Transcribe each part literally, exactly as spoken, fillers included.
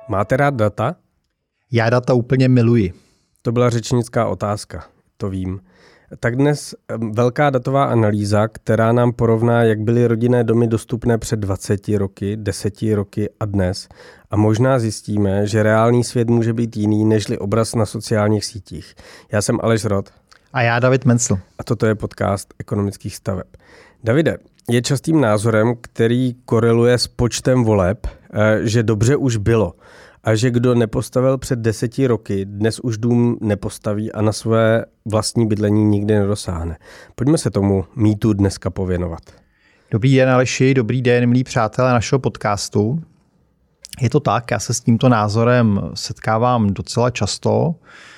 Máte rád data? Já data úplně miluji. To byla řečnická otázka, to vím. Tak dnes velká datová analýza, která nám porovná, jak byly rodinné domy dostupné před dvaceti roky, deseti roky a dnes. A možná zjistíme, že reálný svět může být jiný, nežli obraz na sociálních sítích. Já jsem Aleš Rod. A já David Mencl. A toto je podcast ekonomických staveb. Davide, je častým názorem, který koreluje s počtem voleb, že dobře už bylo. A že kdo nepostavil před deseti roky, dnes už dům nepostaví a na své vlastní bydlení nikdy nedosáhne. Pojďme se tomu mýtu dneska pověnovat. Dobrý den, Aleši, dobrý den, milí přátelé našeho podcastu. Je to tak, já se s tímto názorem setkávám docela často.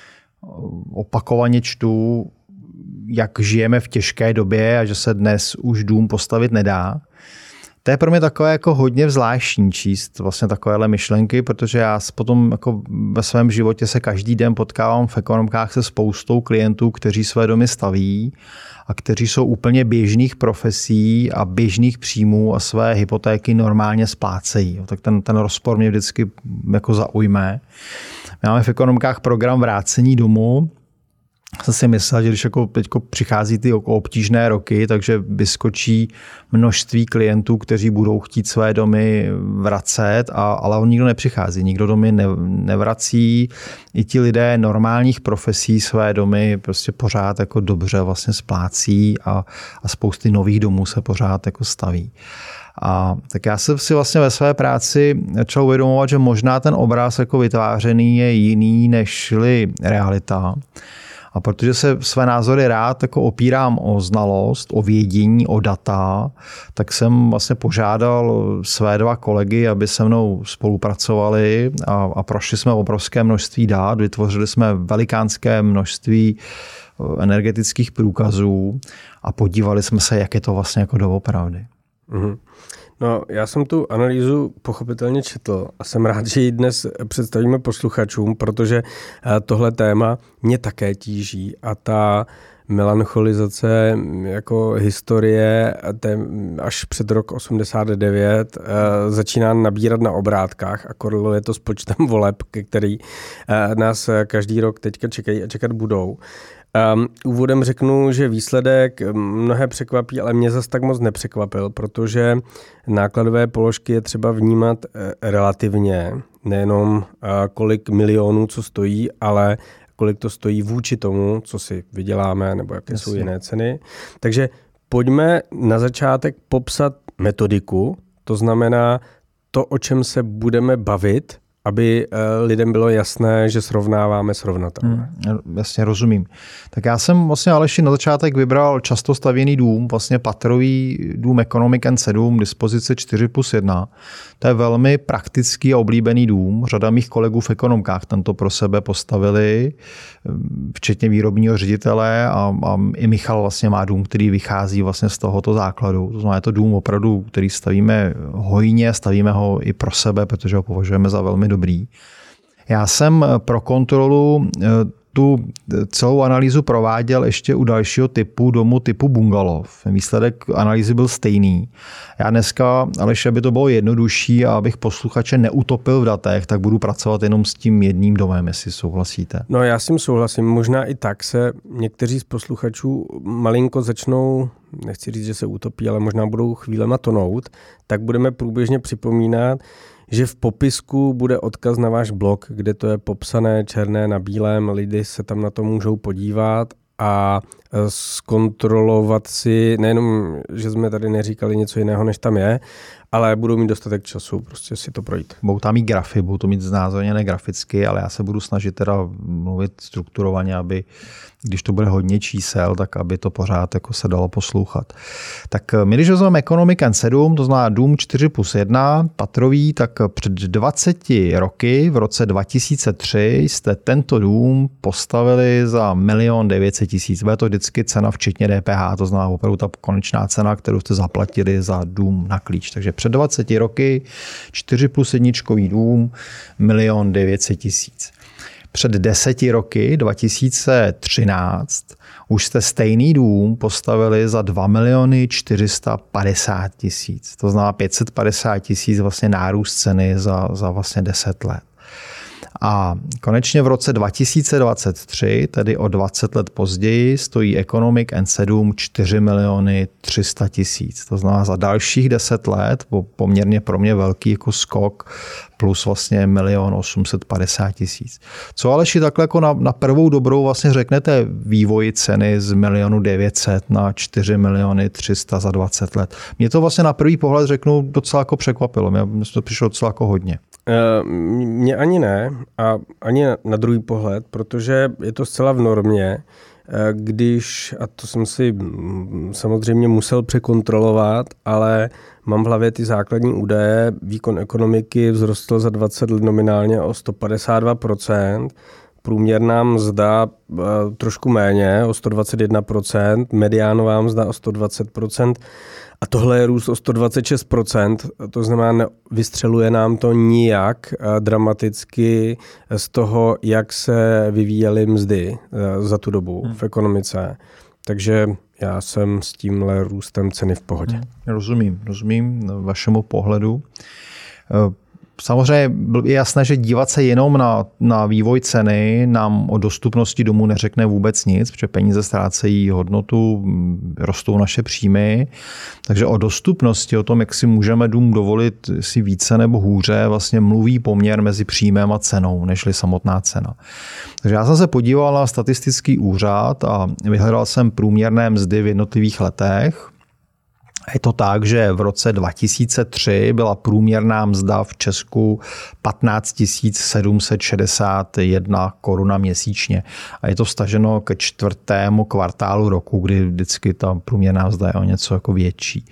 Opakovaně čtu, jak žijeme v těžké době a že se dnes už dům postavit nedá. To je pro mě takové jako hodně zvláštní číst vlastně takovéhle myšlenky, protože já potom jako ve svém životě se každý den potkávám v ekonomkách se spoustou klientů, kteří své domy staví a kteří jsou úplně běžných profesí a běžných příjmů a své hypotéky normálně splácejí. Tak ten, ten rozpor mě vždycky jako zaujme. My máme v ekonomkách program vrácení domu. Jsem si myslel, že když jako teďko přichází ty obtížné roky, takže vyskočí množství klientů, kteří budou chtít své domy vracet, a, ale on nikdo nepřichází, nikdo domy ne, nevrací. I ti lidé normálních profesí své domy prostě pořád jako dobře vlastně splácí a, a spousty nových domů se pořád jako staví. A tak já jsem si vlastně ve své práci začal uvědomovat, že možná ten obraz jako vytvářený je jiný nežli realita. A protože se své názory rád jako opírám o znalost, o vědění, o data, tak jsem vlastně požádal své dva kolegy, aby se mnou spolupracovali a, a prošli jsme obrovské množství dat, vytvořili jsme velikánské množství energetických průkazů a podívali jsme se, jak je to vlastně jako doopravdy. Mm-hmm. No, já jsem tu analýzu pochopitelně četl a jsem rád, že ji dnes představíme posluchačům, protože tohle téma mě také tíží a ta melancholizace jako historie až před rok osmdesát devět začíná nabírat na obrátkách a koreluje to s počtem voleb, který nás každý rok teďka čekají a čekat budou. Um, úvodem řeknu, že výsledek mnohé překvapí, ale mě zas tak moc nepřekvapil, protože nákladové položky je třeba vnímat relativně, nejenom uh, kolik milionů co stojí, ale kolik to stojí vůči tomu, co si vyděláme, nebo jaké Jasně. jsou jiné ceny. Takže pojďme na začátek popsat metodiku, to znamená to, o čem se budeme bavit, aby lidem bylo jasné, že srovnáváme srovnatelné. Hmm, jasně, rozumím. Tak já jsem vlastně Aleši na začátek vybral často stavěný dům, vlastně patrový dům Economic N sedm, dispozice čtyři plus jedna. To je velmi praktický a oblíbený dům. Řada mých kolegů v ekonomkách tento pro sebe postavili, včetně výrobního ředitele a, a i Michal vlastně má dům, který vychází vlastně z tohoto základu. To znamená, je to dům opravdu, který stavíme hojně, stavíme ho i pro sebe, protože ho považujeme za velmi dobrý. Já jsem pro kontrolu tu celou analýzu prováděl ještě u dalšího typu domu typu bungalov. Výsledek analýzy byl stejný. Já dneska, Aleš, aby to bylo jednodušší a abych posluchače neutopil v datech, tak budu pracovat jenom s tím jedním domem, jestli souhlasíte. No já s tím souhlasím. Možná i tak se někteří z posluchačů malinko začnou, nechci říct, že se utopí, ale možná budou chvílema tonout, tak budeme průběžně připomínat, že v popisku bude odkaz na váš blog, kde to je popsané černé na bílém, lidi se tam na to můžou podívat a zkontrolovat si, nejenom, že jsme tady neříkali něco jiného, než tam je, ale budou mít dostatek času prostě si to projít. Budou tam mít grafy, budou to mít znázorněné graficky, ale já se budu snažit teda mluvit strukturovaně, aby když to bude hodně čísel, tak aby to pořád jako se dalo poslouchat. Tak my, když vezmeme Economic N sedm, to znamená dům čtyři plus jedna, patrový, tak před dvaceti roky, v roce dva tisíce tři, jste tento dům postavili za milion devět set tisíc. Bude to vždycky cena včetně D P H, to znamená opravdu ta konečná cena, kterou jste zaplatili za dům na klíč. Takže před dvaceti roky čtyři plus jedničkový dům, milion devět set tisíc. Před deseti roky, dva tisíce třináct, už jste stejný dům postavili za dva miliony čtyři sta padesát tisíc. To znamená pět set padesát tisíc vlastně nárůst ceny za, za vlastně deset let. A konečně v roce dva tisíce dvacet tři, tedy o dvacet let později, stojí Economic N sedm čtyři miliony tři sta tisíc. To znamená za dalších deset let, poměrně pro mě velký jako skok, plus vlastně milion osm set padesát tisíc. Co Aleši takhle jako na, na prvou dobrou vlastně řeknete vývoji ceny z milionu devět set na čtyři miliony tři sta za dvacet let? Mě to vlastně na první pohled řeknu docela jako překvapilo. Mně to přišlo docela jako hodně. Mně ani ne a ani na druhý pohled, protože je to zcela v normě, když, a to jsem si samozřejmě musel překontrolovat, ale mám v hlavě ty základní údaje, výkon ekonomiky vzrostl za dvacet let nominálně o sto padesát dva procent, průměrná mzda trošku méně, o sto dvacet jedna procent, mediánová mzda o sto dvacet procent a tohle je růst o sto dvacet šest procent, to znamená, vystřeluje nám to nijak dramaticky z toho, jak se vyvíjely mzdy za tu dobu hmm. v ekonomice. Takže já jsem s tímhle růstem ceny v pohodě. Rozumím, rozumím vašemu pohledu. Samozřejmě je jasné, že dívat se jenom na, na vývoj ceny nám o dostupnosti domů neřekne vůbec nic, protože peníze ztrácejí hodnotu, rostou naše příjmy. Takže o dostupnosti, o tom, jak si můžeme dům dovolit si více nebo hůře, vlastně mluví poměr mezi příjmem a cenou, nežli samotná cena. Takže já jsem se podíval na statistický úřad a vyhledal jsem průměrné mzdy v jednotlivých letech. Je to tak, že v roce dva tisíce tři byla průměrná mzda v Česku patnáct tisíc sedm set šedesát jedna korun měsíčně. A je to vztaženo ke čtvrtému kvartálu roku, kdy vždycky ta průměrná mzda je o něco jako větší.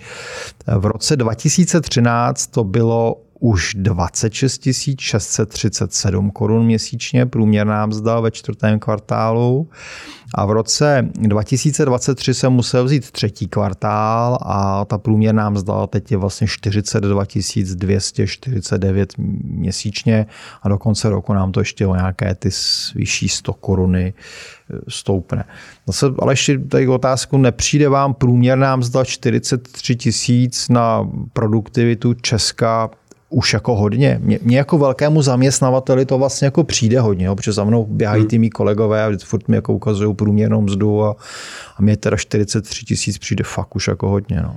V roce dva tisíce třináct to bylo už dvacet šest tisíc šest set třicet sedm korun měsíčně, průměrná mzda ve čtvrtém kvartálu. A v roce dva tisíce dvacet tři jsem musel vzít třetí kvartál a ta průměrná mzda teď je vlastně čtyřicet dva tisíc dvě stě čtyřicet devět měsíčně a do konce roku nám to ještě o nějaké ty vyšší sto koruny stoupne. Zase, ale ještě tady otázku, nepřijde vám průměrná mzda čtyřicet tři tisíc na produktivitu Česka už jako hodně. Mně jako velkému zaměstnavateli to vlastně jako přijde hodně, jo, protože za mnou běhají ty mý kolegové a furt mi jako ukazují průměrnou mzdu a, a mě teda čtyřicet tři tisíc přijde fakt už jako hodně. No.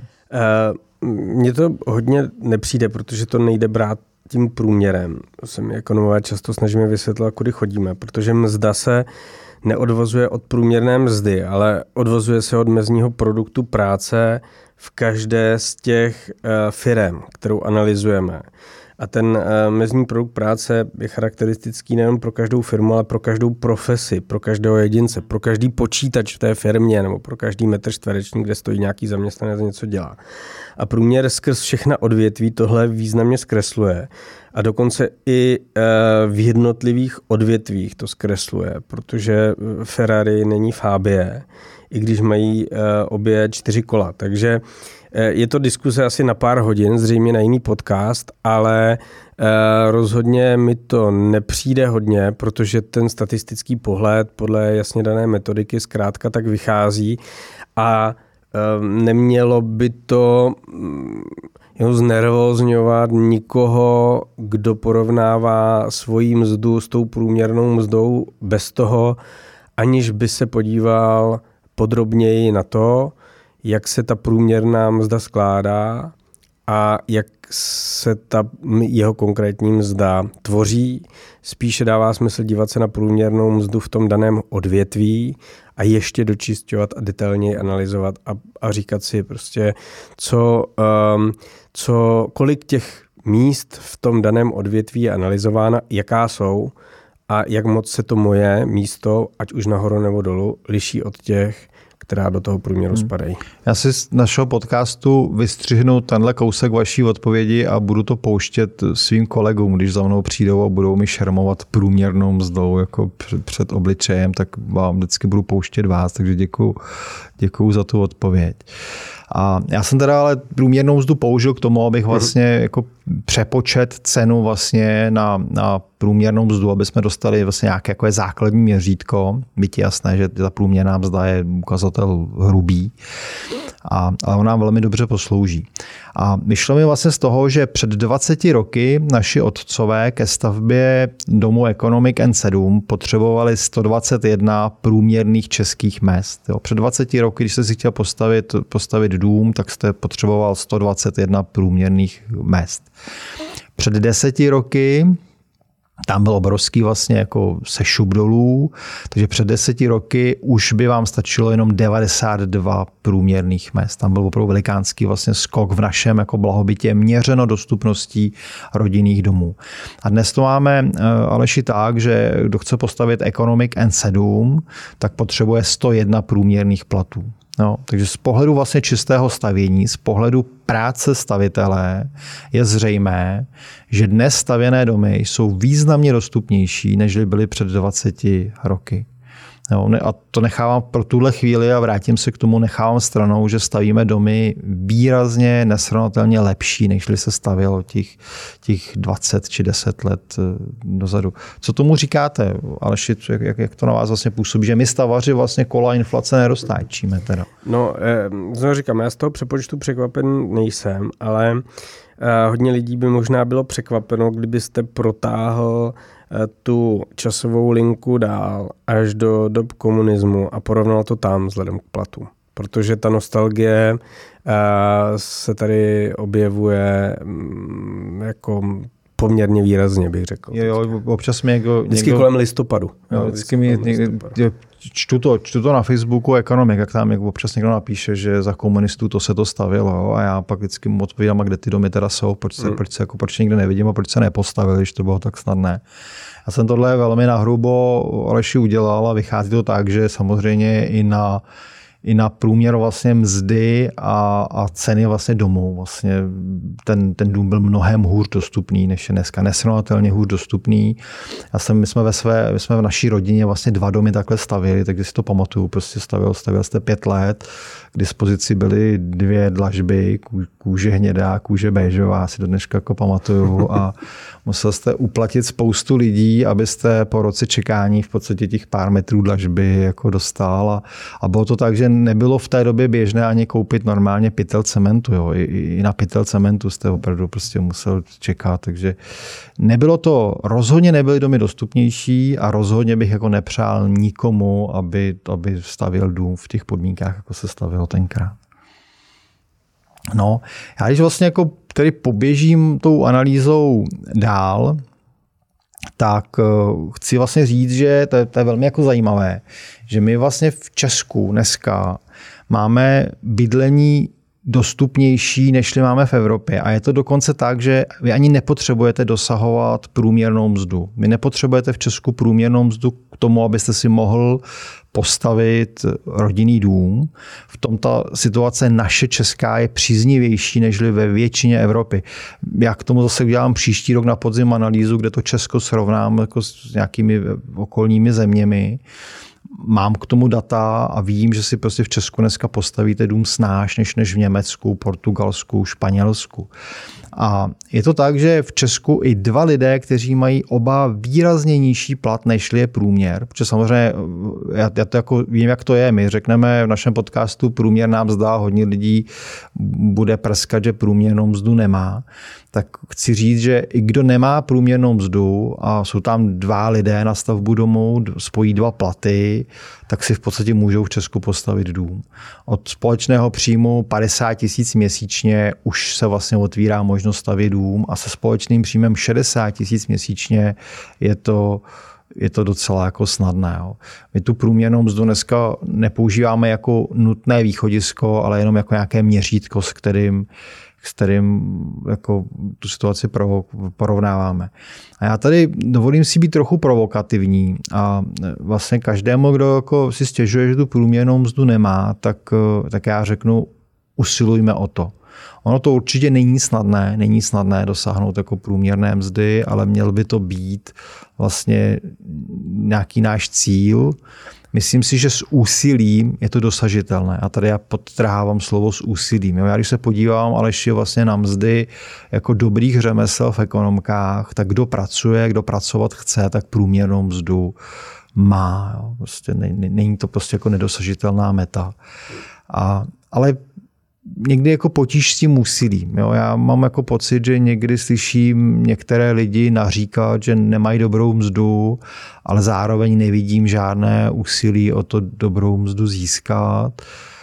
Uh, mně to hodně nepřijde, protože to nejde brát tím průměrem. Se mi ekonomové často snažíme vysvětlit, kudy chodíme, protože mzda se neodvozuje od průměrné mzdy, ale odvozuje se od mezního produktu práce v každé z těch uh, firem, kterou analyzujeme. A ten uh, mezní produkt práce je charakteristický nejen pro každou firmu, ale pro každou profesi, pro každého jedince, pro každý počítač v té firmě nebo pro každý metr čtvereční, kde stojí nějaký zaměstnanec a něco dělá. A průměr skrz všechna odvětví tohle významně zkresluje. A dokonce i uh, v jednotlivých odvětvích to zkresluje, protože Ferrari není Fabie, i když mají uh, obě čtyři kola. Takže uh, je to diskuse asi na pár hodin, zřejmě na jiný podcast, ale uh, rozhodně mi to nepřijde hodně, protože ten statistický pohled podle jasně dané metodiky zkrátka tak vychází a uh, nemělo by to um, jeho znervózňovat nikoho, kdo porovnává svoji mzdu s tou průměrnou mzdou bez toho, aniž by se podíval podrobněji na to, jak se ta průměrná mzda skládá a jak se ta jeho konkrétní mzda tvoří. Spíše dává smysl dívat se na průměrnou mzdu v tom daném odvětví a ještě dočisťovat a detailněji analyzovat a, a říkat si prostě, co, um, co, kolik těch míst v tom daném odvětví je analyzována, jaká jsou a jak moc se to moje místo, ať už nahoru nebo dolů, liší od těch, která do toho průměru hmm. spadají. Já si z našeho podcastu vystřihnu tenhle kousek vaší odpovědi a budu to pouštět svým kolegům, když za mnou přijdou a budou mi šermovat průměrnou mzdou jako před, před obličejem, tak vám vždycky budu pouštět vás, takže děkuju, děkuju za tu odpověď. A já jsem teda ale průměrnou mzdu použil k tomu, abych vlastně jako přepočet cenu vlastně na, na průměrnou mzdu, aby jsme dostali vlastně nějaké jako je základní měřítko. Byť je jasné, že ta průměrná mzda je ukazatel hrubý. A, ale on nám velmi dobře poslouží. A myšlo mi vlastně z toho, že před dvaceti roky naši otcové ke stavbě domu Economic N sedm potřebovali sto dvacet jedna průměrných českých mezd. Jo. Před dvaceti roky, když jste si chtěl postavit, postavit dům, tak jste potřeboval sto dvacet jedna průměrných mezd. Před deseti roky tam byl obrovský vlastně jako sešup dolů, takže před deseti roky už by vám stačilo jenom devadesát dva průměrných mezd. Tam byl opravdu velikánský vlastně skok v našem jako blahobytě měřeno dostupností rodinných domů. A dnes to máme, Aleši, tak, že kdo chce postavit Economic N sedm, tak potřebuje sto jedna průměrných platů. No, takže z pohledu vlastně čistého stavění, z pohledu práce stavitele je zřejmé, že dnes stavěné domy jsou významně dostupnější, než byly před dvaceti roky. No, a to nechávám pro tuhle chvíli a vrátím se k tomu, nechávám stranou, že stavíme domy výrazně nesrovnatelně lepší, než se stavělo těch, těch dvacet či deset let dozadu. Co tomu říkáte, Aleši, jak, jak to na vás vlastně působí, že my stavaři vlastně kola inflace neroztáčíme teda? No, eh, znovu říkám, já z toho přepočtu překvapen nejsem, ale eh, hodně lidí by možná bylo překvapeno, kdybyste protáhl tu časovou linku dál až do dob komunismu a porovnal to tam vzhledem k platu. Protože ta nostalgie se tady objevuje jako poměrně výrazně, bych řekl. Jo, jo, občas mi někdo... Vždycky kolem listopadu. Jo, vždycky mi někdo, čtu, to, čtu to na Facebooku Ekonomik, jak tam občas někdo napíše, že za komunistů to se to stavilo, a já pak vždycky mu odpovídám, a kde ty domy teda jsou, proč se, hmm. proč se, jako, proč nikde nevidím a proč se nepostavili, když to bylo tak snadné. Já jsem tohle velmi nahrubo Aleši udělal a vychází to tak, že samozřejmě i na i na průměr vlastně mzdy a, a ceny vlastně domů. Vlastně ten, ten dům byl mnohem hůř dostupný, než je dneska. Nesrovnatelně hůř dostupný. Já jsem, my jsme ve své, my jsme v naší rodině vlastně dva domy takhle stavili, takže si to pamatuju. Prostě stavil, stavil jste pět let. K dispozici byly dvě dlažby, kůže hnědá, kůže béžová, si do dneška jako pamatuju. A musel jste uplatit spoustu lidí, abyste po roce čekání v podstatě těch pár metrů dlažby jako dostal. A, a bylo to tak, že nebylo v té době běžné ani koupit normálně pytel cementu. Jo. I, I na pytel cementu jste opravdu prostě musel čekat. Takže nebylo to, rozhodně nebyly domy dostupnější a rozhodně bych jako nepřál nikomu, aby, aby stavěl dům v těch podmínkách, jako se stavilo tenkrát. No, já když vlastně jako tady poběžím tou analýzou dál, tak chci vlastně říct, že to je, to je velmi jako zajímavé, že my vlastně v Česku dneska máme bydlení dostupnější, než máme v Evropě. A je to dokonce tak, že vy ani nepotřebujete dosahovat průměrnou mzdu. Vy nepotřebujete v Česku průměrnou mzdu k tomu, abyste si mohl postavit rodinný dům. V tomto situace naše česká je příznivější, než ve většině Evropy. Já k tomu zase udělám příští rok na podzim analýzu, kde to Česko srovnám jako s nějakými okolními zeměmi. Mám k tomu data a vím, že si prostě v Česku dneska postavíte dům snáš než, než v Německu, Portugalsku, Španělsku. A je to tak, že v Česku i dva lidé, kteří mají oba výrazně nižší plat, než je průměr, protože samozřejmě já, já to jako vím, jak to je. My řekneme v našem podcastu průměr nám zdá, hodně lidí bude prskat, že průměrnou mzdu nemá. Tak chci říct, že i kdo nemá průměrnou mzdu a jsou tam dva lidé na stavbu domu, spojí dva platy, tak si v podstatě můžou v Česku postavit dům. Od společného příjmu padesát tisíc měsíčně už se vlastně otvírá možnost stavět dům a se společným příjmem šedesát tisíc měsíčně je to je to docela jako snadné. Jo. My tu průměrnou mzdu dneska nepoužíváme jako nutné východisko, ale jenom jako nějaké měřítko, s kterým s kterým jako tu situaci porovnáváme. A já tady dovolím si být trochu provokativní a vlastně každému, kdo jako si stěžuje, že tu průměrnou mzdu nemá, tak, tak já řeknu, usilujme o to. Ono to určitě není snadné, není snadné dosáhnout jako průměrné mzdy, ale měl by to být vlastně nějaký náš cíl. Myslím si, že s úsilím je to dosažitelné. A tady já podtrhávám slovo s úsilím. Já když se podívám, Aleši, vlastně na mzdy jako dobrých řemesel v ekonomkách, tak kdo pracuje, kdo pracovat chce, tak průměrnou mzdu má. Jo. Prostě není to prostě jako nedosažitelná meta. A, ale někdy jako potíž s tím úsilím. Jo? Já mám jako pocit, že někdy slyším některé lidi naříkat, že nemají dobrou mzdu, ale zároveň nevidím žádné úsilí o to dobrou mzdu získat.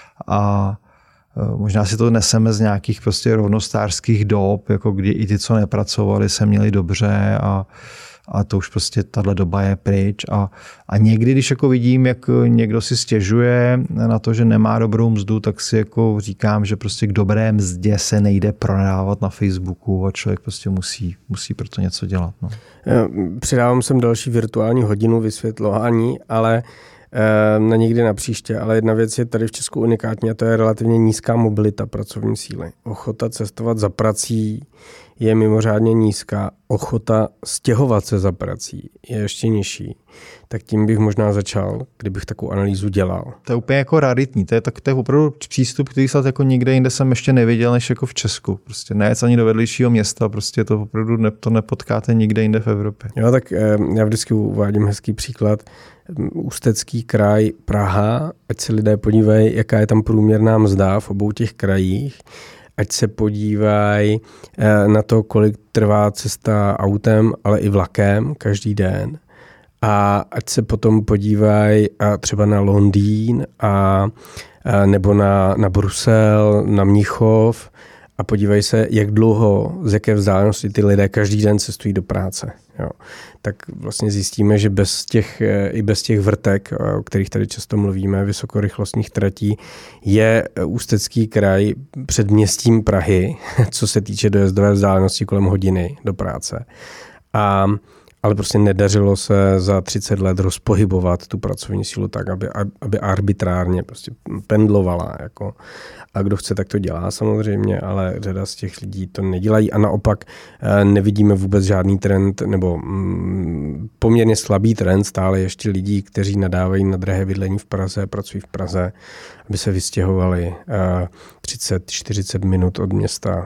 A možná si to neseme z nějakých prostě rovnostářských dob, jako kdy i ty, co nepracovali, se měli dobře a a to už prostě tahle doba je pryč. A, a někdy, když jako vidím, jak někdo si stěžuje na to, že nemá dobrou mzdu, tak si jako říkám, že prostě k dobré mzdě se nejde prodávat na Facebooku a člověk prostě musí, musí pro to něco dělat. No. Přidávám sem další virtuální hodinu vysvětlování, ale na někdy na příště, ale jedna věc je tady v Česku unikátní a to je relativně nízká mobilita pracovní síly. Ochota cestovat za prací je mimořádně nízká, ochota stěhovat se za prací je ještě nižší. Tak tím bych možná začal, kdybych takovou analýzu dělal. To je úplně jako raritní, to je, tak, to je opravdu přístup, který snad jako nikde jinde jsem ještě neviděl, než jako v Česku. Prostě nejec ani do vedlejšího města, prostě to opravdu ne, to nepotkáte nikde jinde v Evropě. Jo, tak já vždycky uvádím hezký příklad. Ústecký kraj, Praha, ať se lidé podívají, jaká je tam průměrná mzda v obou těch krajích, ať se podívají na to, kolik trvá cesta autem, ale i vlakem každý den. A ať se potom podívají třeba na Londýn a, a nebo na, na Brusel, na Mnichov a podívají se, jak dlouho, z jaké vzdálenosti ty lidé každý den cestují do práce. Jo. Tak vlastně zjistíme, že bez těch, i bez těch vrtek, o kterých tady často mluvíme, vysokorychlostních tratí, je Ústecký kraj předměstím Prahy, co se týče dojezdové vzdálenosti kolem hodiny do práce. A ale prostě nedařilo se za třicet let rozpohybovat tu pracovní sílu tak, aby, aby arbitrárně prostě pendlovala. Jako. A kdo chce, tak to dělá samozřejmě, ale řada z těch lidí to nedělají a naopak nevidíme vůbec žádný trend nebo mm, poměrně slabý trend stále ještě lidí, kteří nadávají na drahé bydlení v Praze, pracují v Praze, aby se vystěhovali třicet čtyřicet minut od města,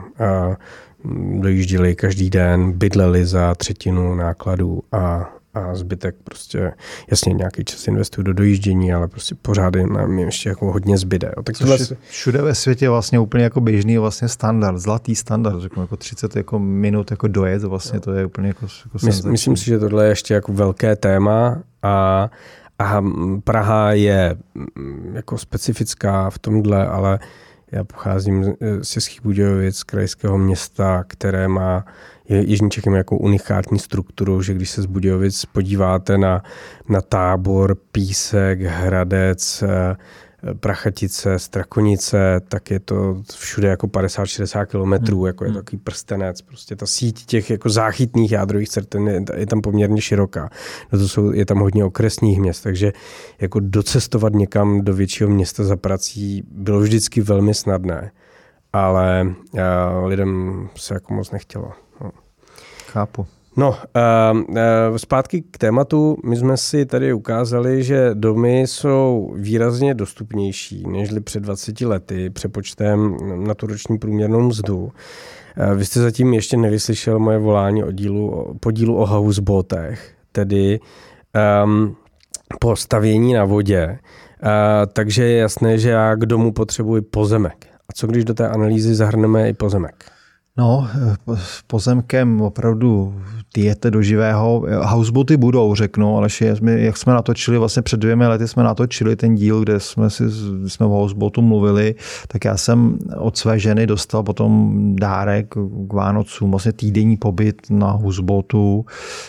dojížděli každý den, bydleli za třetinu nákladů a, a zbytek prostě, jasně nějaký čas investují do dojíždění, ale prostě pořád nám ještě jako hodně zbyde. Jo. Tak tohle... Všude ve světě je vlastně úplně jako běžný vlastně standard, zlatý standard, řeknu, jako třicet jako minut jako dojet, vlastně jo. To je úplně jako, jako Mysl, Myslím si, že tohle je ještě jako velké téma a, a Praha je jako specifická v tomhle, ale já pocházím z Českých Budějovic, z krajského města, které má, Jižní Čechy má jako unikátní strukturu, že když se z Budějovic podíváte na, na Tábor, Písek, Hradec, Prachatice, Strakonice, tak je to všude jako padesát šedesát kilometrů, jako je to takový prstenec. Prostě ta síť těch jako záchytných jádrových certen je, je tam poměrně široká. No to jsou, je tam hodně okresních měst, takže jako docestovat někam do většího města za prací bylo vždycky velmi snadné, ale uh, lidem se jako moc nechtělo. No. Chápu. No, uh, uh, zpátky k tématu. My jsme si tady ukázali, že domy jsou výrazně dostupnější nežli před dvaceti lety přepočtem na tu roční průměrnou mzdu. Uh, vy jste zatím ještě nevyslyšel moje volání o dílu, podílu o houseboatech, tedy um, po stavění na vodě. Uh, takže je jasné, že já k domu potřebuji pozemek. A co když do té analýzy zahrneme i pozemek? No, pozemkem opravdu tyjete do živého. Houseboaty budou, řeknu, ale jak jsme natočili, vlastně před dvěmi lety jsme natočili ten díl, kde jsme, si, jsme o houseboatu mluvili, tak já jsem od své ženy dostal potom dárek k Vánocům, vlastně týdenní pobyt na houseboatu.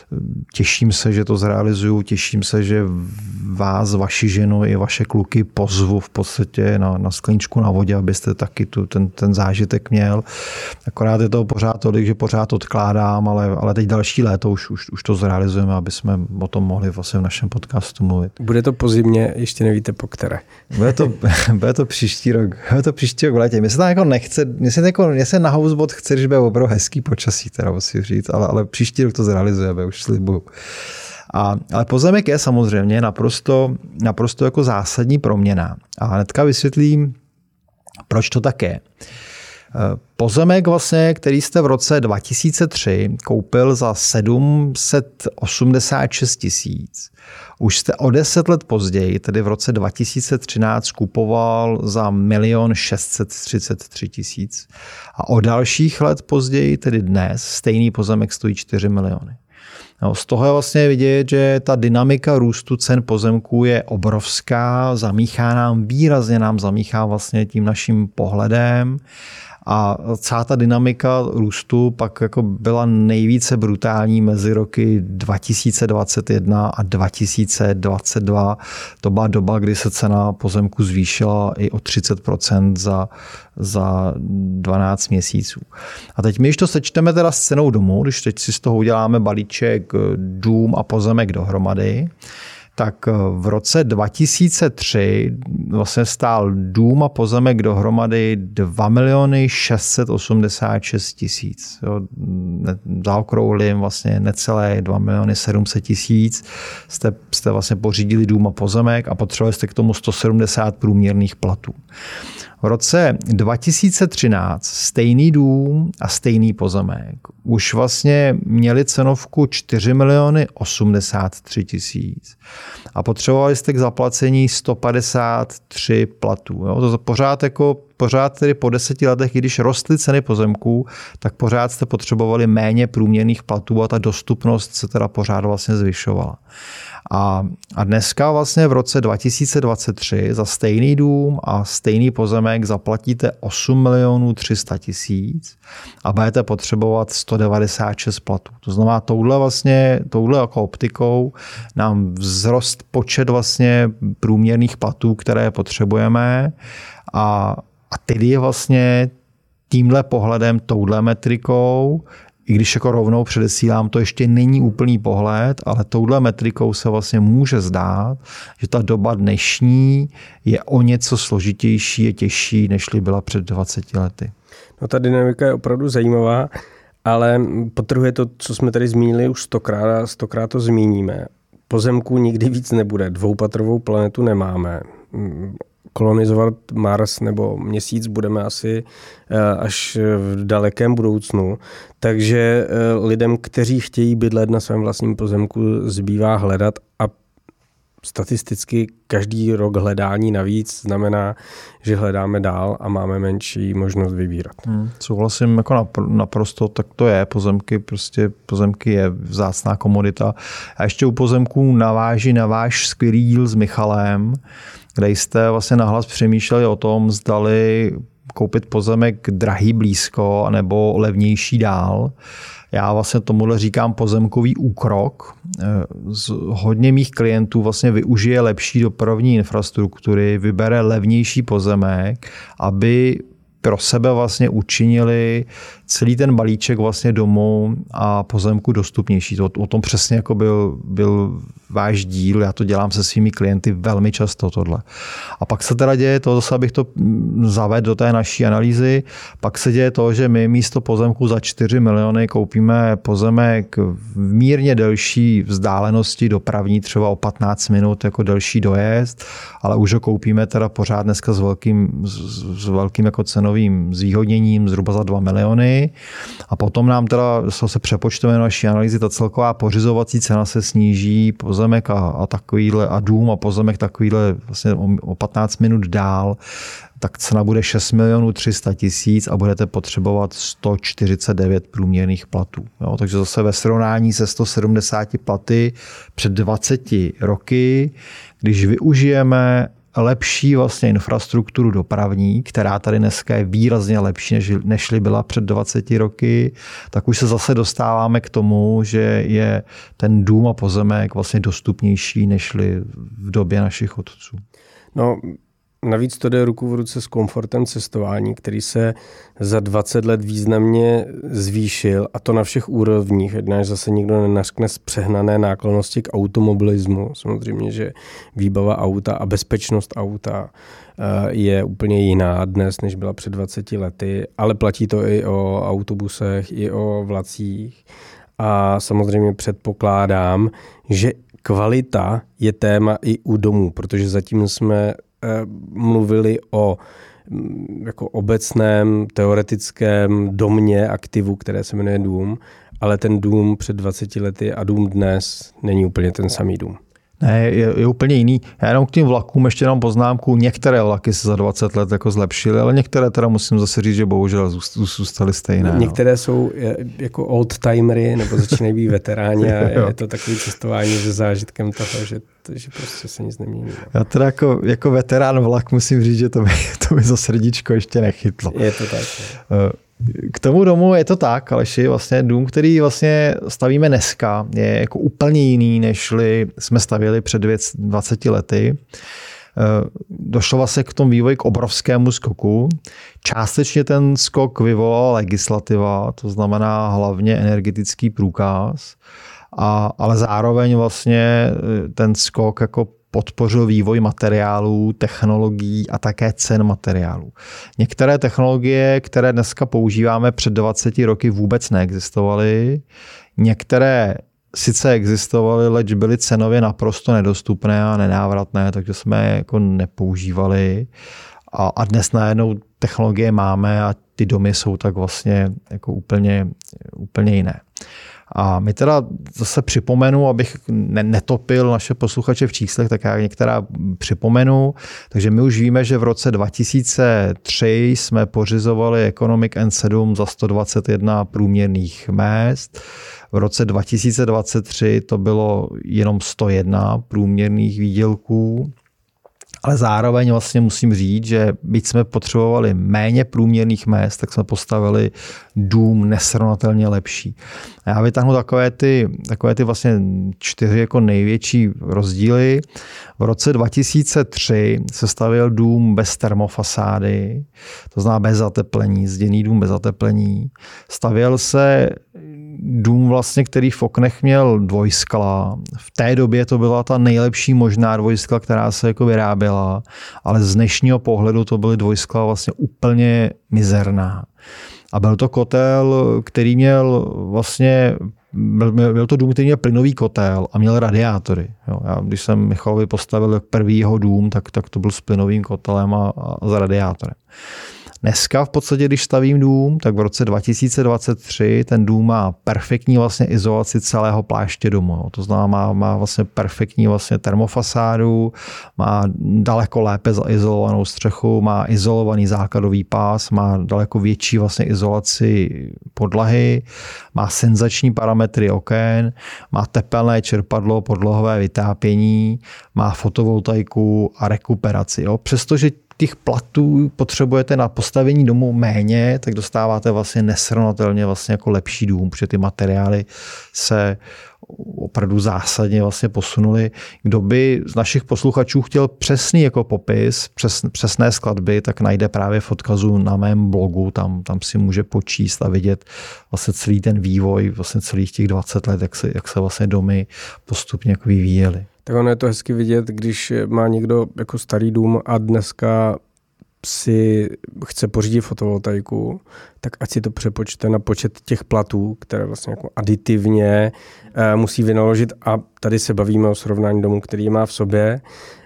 Těším se, že to zrealizuju, těším se, že vás, vaši ženu i vaše kluky pozvu v podstatě na, na skleničku na vodě, abyste taky tu, ten, ten zážitek měl. Akorát je to pořád tolik, že pořád odkládám, ale, ale teď další léto už, už, už to zrealizujeme, aby jsme o tom mohli vlastně v našem podcastu mluvit. Bude to po zimě, ještě nevíte po které. Bude to, bude to příští rok. Bude to příští rok v létě. Mně se tam jako nechce, mně se, jako, mně se na houseboat chce, když bude opravdu hezký počasí, teda musím říct, ale, ale příští rok to zrealizujeme, už slibuju. A, ale pozemek je samozřejmě naprosto, naprosto jako zásadní proměna. A hnedka vysvětlím, proč to tak je. Pozemek, vlastně, který jste v roce dva tisíce tři koupil za sedm set osmdesát šest tisíc, už jste o deset let později, tedy v roce dva tisíce třináct, kupoval za milion šest set třicet tři tisíc. A o dalších let později, tedy dnes, stejný pozemek stojí čtyři miliony. No, z toho je vlastně vidět, že ta dynamika růstu cen pozemků je obrovská, zamíchá nám, výrazně nám zamíchá vlastně tím naším pohledem. A celá ta dynamika růstu pak jako byla nejvíce brutální mezi roky dva tisíce dvacet jedna a dva tisíce dvacet dva. To byla doba, kdy se cena pozemku zvýšila i o třicet procent za, za dvanáct měsíců. A teď my, když to sečteme teda s cenou domu, když teď si z toho uděláme balíček dům a pozemek dohromady, tak v roce dva tisíce tři vlastně stál dům a pozemek dohromady dva miliony šest set osmdesát šest tisíc. Zaokrouhlím vlastně necelé dva miliony sedm set tisíc. Jste, jste vlastně pořídili dům a pozemek a potřebovali jste k tomu sto sedmdesát průměrných platů. V roce dva tisíce třináct stejný dům a stejný pozemek už vlastně měli cenovku čtyři miliony osmdesát tři tisíc a potřebovali jste k zaplacení sto padesát tři platů. Jo? To pořád, jako, pořád tedy po deseti letech, když rostly ceny pozemků, tak pořád jste potřebovali méně průměrných platů a ta dostupnost se teda pořád vlastně zvyšovala. A, a dneska vlastně v roce dva tisíce dvacet tři za stejný dům a stejný pozemek zaplatíte osm milionů tři sta tisíc a budete potřebovat sto devadesát šest platů. To znamená, touhle vlastně, touhle jako optikou nám vzrost počet vlastně průměrných platů, které potřebujeme a, a tedy vlastně tímhle pohledem, touhle metrikou, i když jako rovnou předesílám, to ještě není úplný pohled, ale touhle metrikou se vlastně může zdát, že ta doba dnešní je o něco složitější, je těžší, nežli byla před dvaceti lety. No, ta dynamika je opravdu zajímavá, ale podtrhuje to, co jsme tady zmínili už stokrát a stokrát to zmíníme. Pozemků nikdy víc nebude, dvoupatrovou planetu nemáme. Kolonizovat Mars nebo Měsíc budeme asi až v dalekém budoucnu. Takže lidem, kteří chtějí bydlet na svém vlastním pozemku, zbývá hledat a statisticky každý rok hledání navíc znamená, že hledáme dál a máme menší možnost vybírat. Hmm, souhlasím jako naprosto, tak to je. Pozemky, prostě pozemky je vzácná komodita. A ještě u pozemků naváží na váš skvělý díl s Michalem, kde jste vlastně nahlas přemýšleli o tom, zdali koupit pozemek drahý blízko anebo levnější dál. Já vlastně tomuhle říkám pozemkový úkrok. Hodně mých klientů vlastně využije lepší dopravní infrastruktury, vybere levnější pozemek, aby pro sebe vlastně učinili celý ten balíček vlastně domu a pozemku dostupnější. To, o tom přesně jako byl, byl váš díl. Já to dělám se svými klienty velmi často tohle. A pak se teda děje to, zase abych to zavedl do té naší analýzy, pak se děje to, že my místo pozemku za čtyři miliony koupíme pozemek v mírně delší vzdálenosti dopravní, třeba o patnáct minut jako delší dojezd, ale už ho koupíme teda pořád dneska s velkým, s velkým jako cenovým zvýhodněním zhruba za dva miliony. A potom nám teda se přepočteme na naší analýzy, ta celková pořizovací cena se sníží, pozemek a, a takovýhle a dům a pozemek takovýhle vlastně o, o patnáct minut dál, tak cena bude šest milionů tři sta tisíc a budete potřebovat sto čtyřicet devět průměrných platů. Jo, takže zase ve srovnání se sto sedmdesáti platy před dvaceti roky, když využijeme lepší vlastně infrastrukturu dopravní, která tady dneska je výrazně lepší, než, nežli byla před dvaceti roky, tak už se zase dostáváme k tomu, že je ten dům a pozemek vlastně dostupnější, nežli v době našich otců. No, navíc to jde ruku v ruce s komfortem cestování, který se za dvacet let významně zvýšil, a to na všech úrovních, ať zase nikdo nenařkne z přehnané náklonnosti k automobilismu. Samozřejmě, že výbava auta a bezpečnost auta je úplně jiná dnes, než byla před dvaceti lety, ale platí to i o autobusech, i o vlacích. A samozřejmě předpokládám, že kvalita je téma i u domů, protože zatím jsme mluvili o jako obecném, teoretickém domě aktivu, které se jmenuje dům, ale ten dům před dvaceti lety a dům dnes není úplně ten samý dům. Ne, je, je úplně jiný. Já jenom k těm vlakům ještě jenom poznámku. Některé vlaky se za dvacet let jako zlepšily, ale některé teda musím zase říct, že bohužel zůstaly stejné. Některé no. jsou jako old-timery nebo začínají být veteráni a je to takový cestování se zážitkem toho, že, že prostě se nic nemění. No. Já teda jako, jako veterán vlak musím říct, že to mi, to mi za srdíčko ještě nechytlo. Je to tak. Uh, K tomu domu je to tak, Aleši, vlastně dům, který vlastně stavíme dneska, je jako úplně jiný, nežli jsme stavěli před dvaceti lety. Došlo vlastně k tomu vývoji k obrovskému skoku. Částečně ten skok vyvolala legislativa, to znamená hlavně energetický průkaz, a, ale zároveň vlastně ten skok jako podpořil vývoj materiálů, technologií a také cen materiálů. Některé technologie, které dneska používáme před dvaceti roky, vůbec neexistovaly. Některé sice existovaly, leč byly cenově naprosto nedostupné a nenávratné, takže jsme je jako nepoužívali. A, a dnes najednou technologie máme a ty domy jsou tak vlastně jako úplně, úplně jiné. A my teda zase připomenu, abych netopil naše posluchače v číslech, tak já některá připomenu. Takže my už víme, že v roce dva tisíce tři jsme pořizovali Economic N sedm za sto dvacet jedna průměrných mezd. V roce dva tisíce dvacet tři to bylo jenom sto jedna průměrných výdělků. Ale zároveň vlastně musím říct, že byť jsme potřebovali méně průměrných mezd, tak jsme postavili dům nesrovnatelně lepší. A já vytáhnu takové ty, takové ty vlastně čtyři jako největší rozdíly. V roce dva tisíce tři se stavěl dům bez termofasády, to znamená bez zateplení, zděný dům bez zateplení. Stavěl se dům vlastně, který v oknech měl dvojskla. V té době to byla ta nejlepší možná dvojskla, která se jako vyráběla, ale z dnešního pohledu to byly dvojskla vlastně úplně mizerná. A byl to kotel, který měl vlastně, byl, byl to dům, který měl plynový kotel a měl radiátory. Jo, já, když jsem Michalovi postavil první jeho dům, tak, tak to byl s plynovým kotelem a, a s radiátorem. Dneska v podstatě, když stavím dům, tak v roce dva tisíce dvacet tři ten dům má perfektní vlastně izolaci celého pláště domu. To znamená, má, má vlastně perfektní vlastně termofasádu, má daleko lépe zaizolovanou střechu, má izolovaný základový pás, má daleko větší vlastně izolaci podlahy, má senzační parametry oken, má tepelné čerpadlo, podlohové vytápění, má fotovoltaiku a rekuperaci. Jo. Přestože těch platů potřebujete na postavení domu méně, tak dostáváte vlastně nesrovnatelně vlastně jako lepší dům, protože ty materiály se opravdu zásadně vlastně posunuly. Kdo by z našich posluchačů chtěl přesný jako popis, přes, přesné skladby, tak najde právě v odkazu na mém blogu, tam, tam si může počíst a vidět vlastně celý ten vývoj, vlastně celých těch dvacet let, jak se, jak se vlastně domy postupně jako vyvíjely. Tak ono je to hezky vidět, když má někdo jako starý dům a dneska si chce pořídit fotovoltaiku, tak ať si to přepočte na počet těch platů, které vlastně jako aditivně uh, musí vynaložit, a tady se bavíme o srovnání domu, který má v sobě.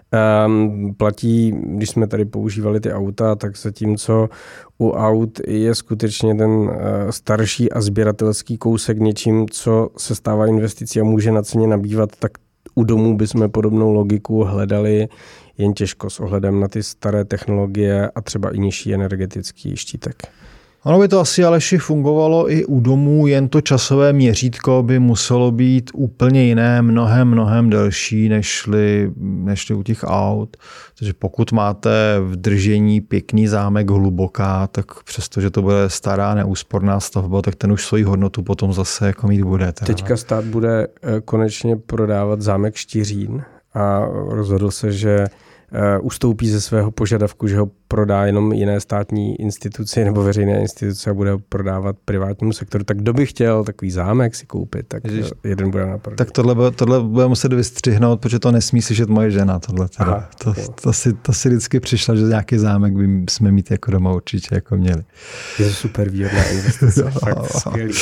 Um, platí, když jsme tady používali ty auta, tak zatímco u aut je skutečně ten uh, starší a sběratelský kousek něčím, co se stává investicí a může na ceně nabývat, tak u domů bychom podobnou logiku hledali, jen těžko s ohledem na ty staré technologie a třeba i nižší energetický štítek. Ono by to asi, Aleši, fungovalo i u domů, jen to časové měřítko by muselo být úplně jiné, mnohem, mnohem delší, nežli, nežli u těch aut. Takže pokud máte v držení pěkný zámek Hluboká, tak přestože to bude stará neúsporná stavba, tak ten už svoji hodnotu potom zase jako mít bude. Teda. Teďka stát bude konečně prodávat zámek Štiřín a rozhodl se, že ustoupí ze svého požadavku, že ho prodá jenom jiné státní instituci nebo veřejné instituce a bude ho prodávat privátnímu sektoru. Tak kdo by chtěl takový zámek si koupit, tak Ježiš, jeden bude na prodej. Tak tohle, tohle bude muset vystřihnout, protože to nesmí slyšet moje žena. Tohle, Aha, to, okay. to, si, to si vždycky přišla, že nějaký zámek by jsme mít jako doma určitě jako měli. Je to super výhodná investice. Fakt skvělý.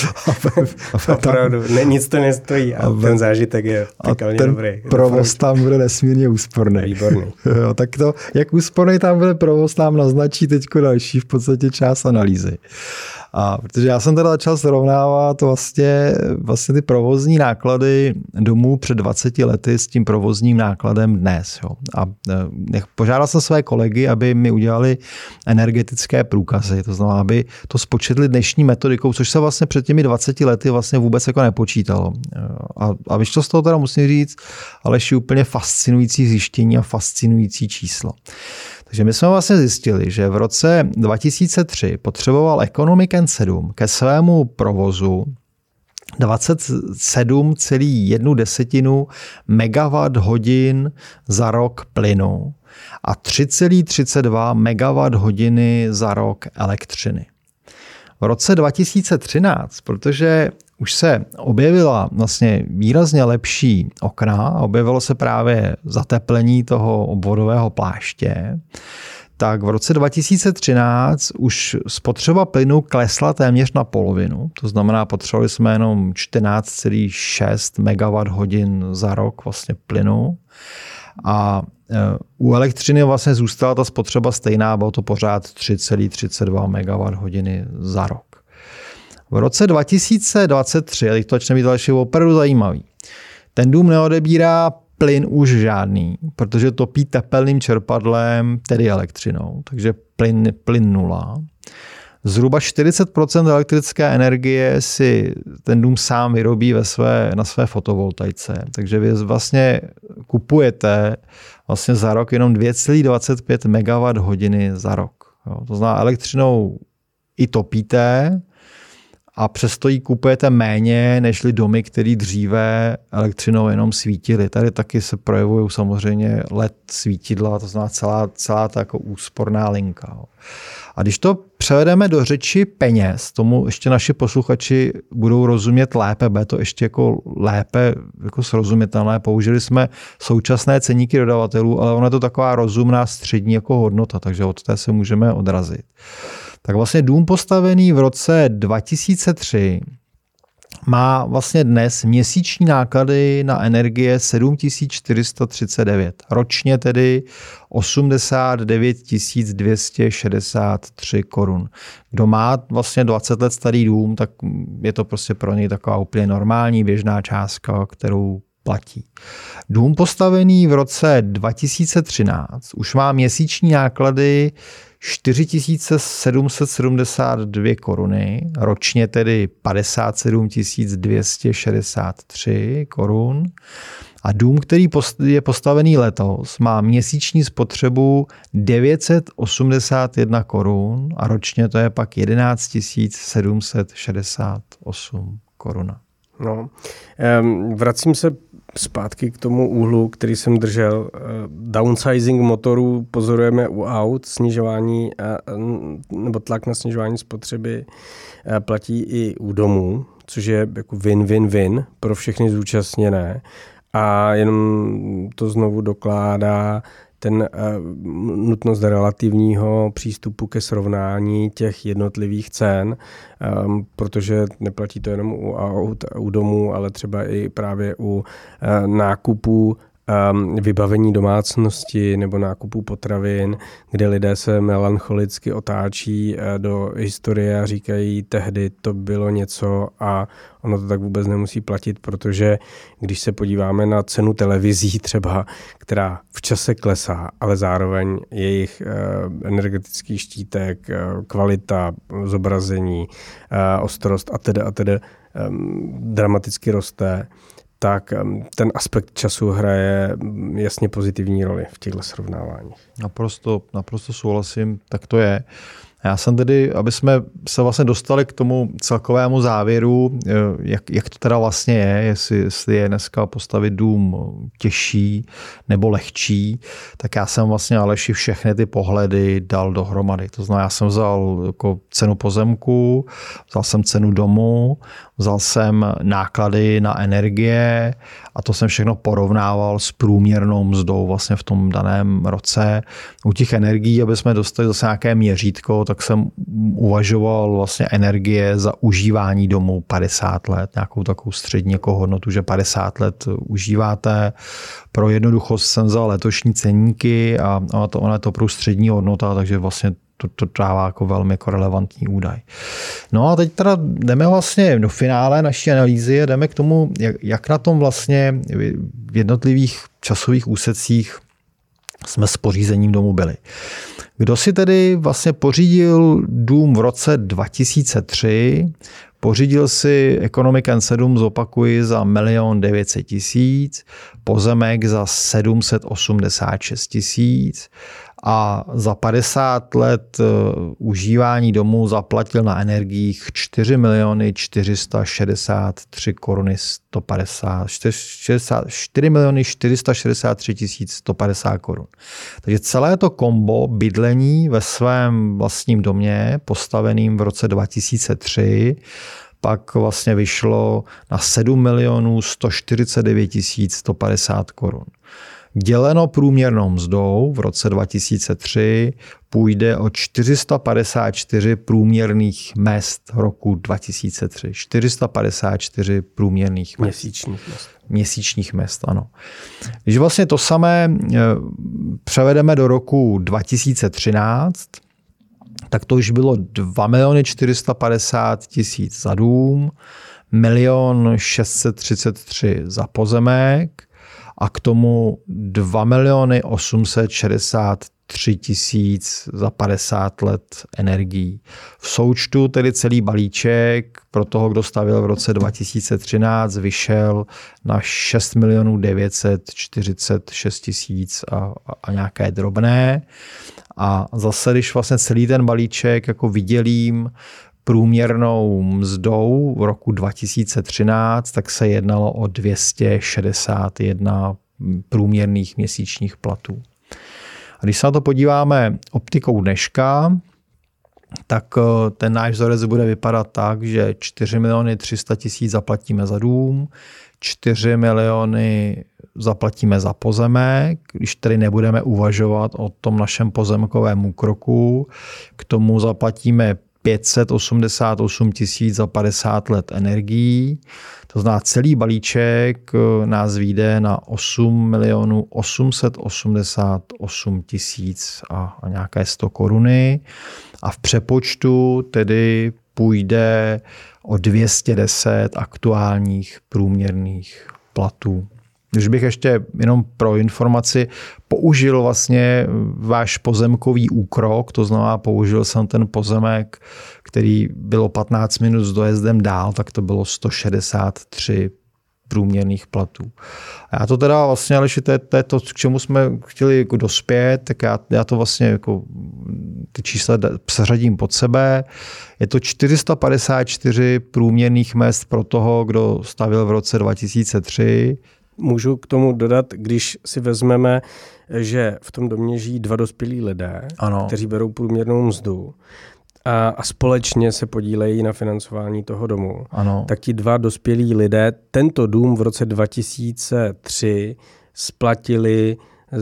Opravdu, ne, nic to nestojí a, a ten zážitek je pěkně dobrý. Provoz tam bude nesmírně úsporný. Výborný. Jo, tak to, jak úsporný tam bude provoz, nám naznačí teď další v podstatě část analýzy. A protože já jsem teda začal srovnávat vlastně, vlastně ty provozní náklady domů před dvaceti lety s tím provozním nákladem dnes. Jo. A požádal jsem své kolegy, aby mi udělali energetické průkazy, to znamená, aby to spočetli dnešní metodikou, což se vlastně před těmi dvaceti lety vlastně vůbec jako nepočítalo. A, a vyšlo z toho teda musím říct, ale je úplně fascinující zjištění a fascinující číslo. Takže my jsme vlastně zjistili, že v roce dva tisíce tři potřeboval Economic sedm ke svému provozu dvacet sedm celá jedna desetinu megawatt hodin za rok plynu a tři celá třicet dva megawatt hodiny za rok elektřiny. V roce dva tisíce třináct, protože už se objevila vlastně výrazně lepší okna a objevilo se právě zateplení toho obvodového pláště, tak v roce dva tisíce třináct už spotřeba plynu klesla téměř na polovinu. To znamená, potřebovali jsme jenom čtrnáct celá šest megawatt hodin za rok vlastně plynu. A u elektřiny vlastně zůstala ta spotřeba stejná, bylo to pořád tři celá třicet dva megawatt hodiny za rok. V roce dva tisíce dvacet tři, a teď to začne být další opravdu zajímavý, ten dům neodebírá plyn už žádný, protože topí tepelným čerpadlem, tedy elektřinou, takže plyn, plyn nula. Zhruba čtyřicet procent elektrické energie si ten dům sám vyrobí ve své, na své fotovoltaice, takže vy vlastně kupujete vlastně za rok jenom dvě celá dvacet pět megawatt hodiny za rok. Jo, to znamená, elektřinou i topíte, a přesto ji kupujete méně, nežli domy, které dříve elektřinou jenom svítily. Tady taky se projevují samozřejmě L E D svítidla, to znamená celá, celá ta jako úsporná linka. A když to převedeme do řeči peněz, tomu ještě naši posluchači budou rozumět lépe, bude to ještě jako lépe jako srozumitelné. Použili jsme současné ceníky dodavatelů, ale ona je to taková rozumná střední jako hodnota, takže od té se můžeme odrazit. Tak vlastně dům postavený v roce dva tisíce tři má vlastně dnes měsíční náklady na energie sedm tisíc čtyři sta třicet devět. Ročně tedy osmdesát devět tisíc dvě stě šedesát tři korun. Kdo má vlastně dvacet let starý dům, tak je to prostě pro něj taková úplně normální běžná částka, kterou platí. Dům postavený v roce dva tisíce třináct už má měsíční náklady čtyři tisíce sedm set sedmdesát dvě koruny, ročně tedy padesát sedm tisíc dvě stě šedesát tři korun. A dům, který je postavený letos, má měsíční spotřebu devět set osmdesát jedna korun a ročně to je pak jedenáct tisíc sedm set šedesát osm korun. No, vracím se zpátky k tomu úhlu, který jsem držel. Downsizing motorů pozorujeme u aut, snižování nebo tlak na snižování spotřeby platí i u domů, což je jako win-win-win pro všechny zúčastněné. A jenom to znovu dokládá ten uh, nutnost relativního přístupu ke srovnání těch jednotlivých cen, um, protože neplatí to jenom u aut, u domů, ale třeba i právě u uh, nákupů um, vybavení domácnosti nebo nákupů potravin, kde lidé se melancholicky otáčí uh, do historie a říkají, tehdy to bylo něco a ono to tak vůbec nemusí platit, protože když se podíváme na cenu televizí třeba, která v čase klesá, ale zároveň jejich energetický štítek, kvalita zobrazení, ostrost a tedy a tedy dramaticky roste, tak ten aspekt času hraje jasně pozitivní roli v těchto srovnáváních. Naprosto, naprosto souhlasím, tak to je. Já jsem tedy, aby jsme se vlastně dostali k tomu celkovému závěru, jak, jak to teda vlastně je, jestli, jestli je dneska postavit dům těžší nebo lehčí, tak já jsem vlastně Aleši všechny ty pohledy dal dohromady. To znamená, já jsem vzal jako cenu pozemku, vzal jsem cenu domu, vzal jsem náklady na energie a to jsem všechno porovnával s průměrnou mzdou vlastně v tom daném roce. U těch energií, aby jsme dostali zase nějaké měřítko, tak jsem uvažoval vlastně energie za užívání domu padesát let, nějakou takovou střední jako hodnotu, že padesát let užíváte. Pro jednoduchost jsem vzal letošní ceníky a ona, to, ona je to pro střední hodnota, takže vlastně to, to dává jako velmi jako relevantní údaj. No a teď teda jdeme vlastně do finále naší analýzy a jdeme k tomu, jak, jak na tom vlastně v jednotlivých časových úsecích jsme s pořízením domu byli. Kdo si tedy vlastně pořídil dům v roce dva tisíce tři, pořídil si Economic N sedm, zopakuji, za milion devět set tisíc, pozemek za sedm set osmdesát šest tisíc a za padesát let užívání domu zaplatil na energiích čtyři miliony čtyři sta šedesát tři koruny sto padesát, čtyři miliony čtyři sta šedesát tři tisíc sto padesát korun. Takže celé to kombo bydlení ve svém vlastním domě, postaveným v roce dva tisíce tři, pak vlastně vyšlo na sedm milionů sto čtyřicet devět tisíc sto padesát korun. Děleno průměrnou mzdou v roce dva tisíce tři půjde o čtyři sta padesát čtyři průměrných mezd roku dva tisíce tři. čtyři sta padesát čtyři průměrných mezd. Měsíčních mezd. Měsíčních mezd, ano. Když vlastně to samé převedeme do roku dva tisíce třináct, tak to už bylo dva miliony čtyři sta padesát tisíc za dům, milion šest set třicet tři za pozemek a k tomu dva miliony osm set šedesát tři tisíc za padesát let energií. V součtu tedy celý balíček pro toho, kdo stavil v roce dva tisíce třináct, vyšel na šest milionů devět set čtyřicet šest tisíc a, a, a nějaké drobné. A zase, když vlastně celý ten balíček jako vydělím průměrnou mzdou v roku dva tisíce třináct, tak se jednalo o dvě stě šedesát jedna průměrných měsíčních platů. A když se na to podíváme optikou dneška, tak ten náš vzorec bude vypadat tak, že čtyři miliony tři sta tisíc zaplatíme za dům, čtyři miliony zaplatíme za pozemek, když tedy nebudeme uvažovat o tom našem pozemkovém úkroku, k tomu zaplatíme pět set osmdesát osm tisíc za padesát let energií. To znamená, celý balíček nás vyjde na osm milionů osm set osmdesát osm tisíc a, a nějaké sto koruny. A v přepočtu tedy půjde o dvě stě deset aktuálních průměrných platů. Když bych ještě jenom pro informaci použil vlastně váš pozemkový úkrok, to znamená použil jsem ten pozemek, který bylo patnáct minut s dojezdem dál, tak to bylo sto šedesát tři průměrných platů. A já to teda vlastně, Aleši, to je, to je to, k čemu jsme chtěli jako dospět, tak já, já to vlastně jako ty čísla přeřadím pod sebe. Je to čtyři sta padesát čtyři průměrných mezd pro toho, kdo stavil v roce dva tisíce tři. Můžu k tomu dodat, když si vezmeme, že v tom domě žijí dva dospělí lidé, ano, kteří berou průměrnou mzdu a, a společně se podílejí na financování toho domu, ano, tak ti dva dospělí lidé tento dům v roce dva tisíce tři splatili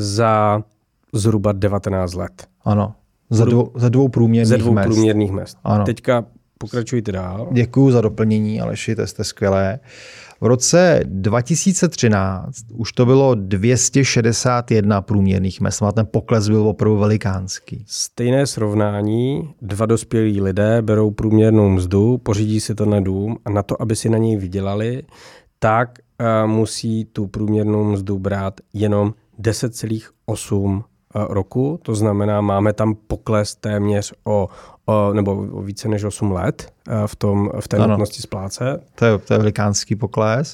za zhruba devatenáct let. Ano, za dvou, za dvou průměrných ze dvou mezd. průměrných mezd. Ano. Teďka pokračujte dál. Děkuju za doplnění, Aleši, to jste skvělé. V roce dva tisíce třináct už to bylo dvě stě šedesát jedna průměrných mezd. Ten pokles byl opravdu velikánský. Stejné srovnání, dva dospělí lidé berou průměrnou mzdu, pořídí si to na dům a na to, aby si na něj vydělali, tak uh, musí tu průměrnou mzdu brát jenom deset celá osm roku, to znamená, máme tam pokles téměř o, o nebo o více než osm let v, tom, v té ano, nutnosti splácet. To je, to je velikánský pokles.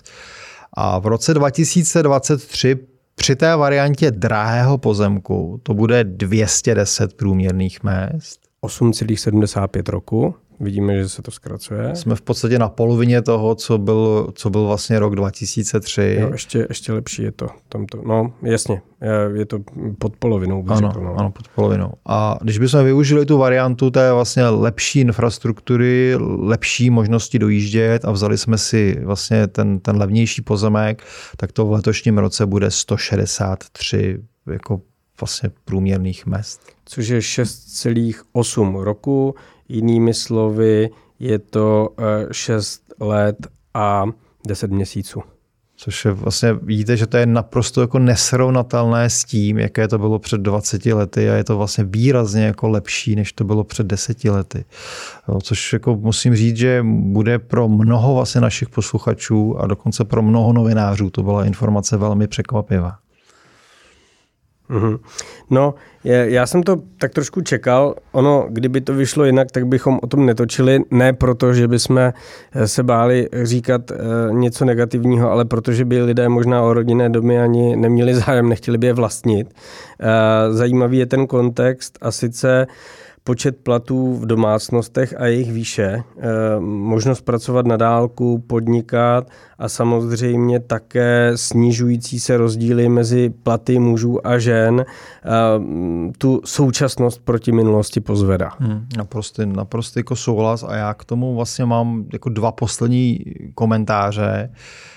A v roce dva tisíce dvacet tři při té variantě drahého pozemku to bude dvě stě deset průměrných mezd. osm celá sedmdesát pět roku. Vidíme, že se to zkracuje. Jsme v podstatě na polovině toho, co byl, co byl vlastně rok dva tisíce tři. Jo, ještě, ještě lepší je to. Tamto. No, jasně, je to pod polovinou. Ano, řekl, no. ano, pod polovinou. A když bychom využili tu variantu té vlastně lepší infrastruktury, lepší možnosti dojíždět a vzali jsme si vlastně ten, ten levnější pozemek, tak to v letošním roce bude sto šedesát tři jako vlastně průměrných mezd. Což je šest celá osm roku, jinými slovy je to šest let a deset měsíců. Což je vlastně, vidíte, že to je naprosto jako nesrovnatelné s tím, jaké to bylo před dvaceti lety a je to vlastně výrazně jako lepší, než to bylo před deseti lety. Jo, což jako musím říct, že bude pro mnoho vlastně našich posluchačů a dokonce pro mnoho novinářů to byla informace velmi překvapivá. Mm-hmm. No, je, já jsem to tak trošku čekal. Ono, kdyby to vyšlo jinak, tak bychom o tom netočili. Ne proto, že bychom se báli říkat e, něco negativního, ale protože by lidé možná o rodinné domy ani neměli zájem, nechtěli by je vlastnit. E, zajímavý je ten kontext a sice počet platů v domácnostech a jejich výše, možnost pracovat na dálku, podnikat a samozřejmě také snižující se rozdíly mezi platy mužů a žen tu současnost proti minulosti pozvedá. Hmm, naprosto, naprosto jako souhlas a já k tomu vlastně mám jako dva poslední komentáře.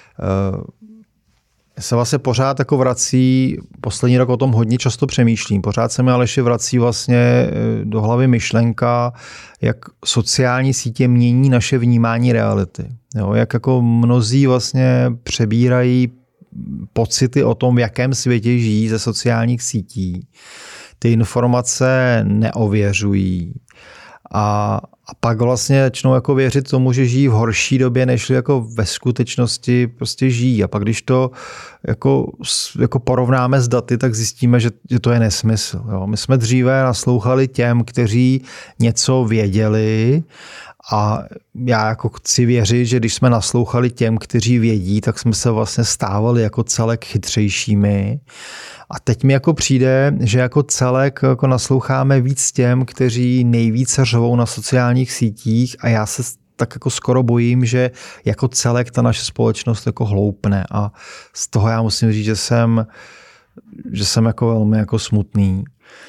Se vlastně pořád jako vrací, poslední rok o tom hodně často přemýšlím, pořád se mi ale ještě vrací vlastně do hlavy myšlenka, jak sociální sítě mění naše vnímání reality. Jo, jak jako mnozí vlastně přebírají pocity o tom, v jakém světě žijí ze sociálních sítí. Ty informace neověřují. A, a pak vlastně začnou jako věřit tomu, že žijí v horší době, než jako ve skutečnosti prostě žijí. A pak když to jako, jako porovnáme s daty, tak zjistíme, že, že to je nesmysl. Jo. My jsme dříve naslouchali těm, kteří něco věděli a já jako chci věřit, že když jsme naslouchali těm, kteří vědí, tak jsme se vlastně stávali jako celek chytřejšími. A teď mi jako přijde, že jako celek jako nasloucháme víc těm, kteří nejvíce řvou na sociálních sítích a já se tak jako skoro bojím, že jako celek ta naše společnost jako hloupne a z toho já musím říct, že jsem, že jsem jako velmi jako smutný.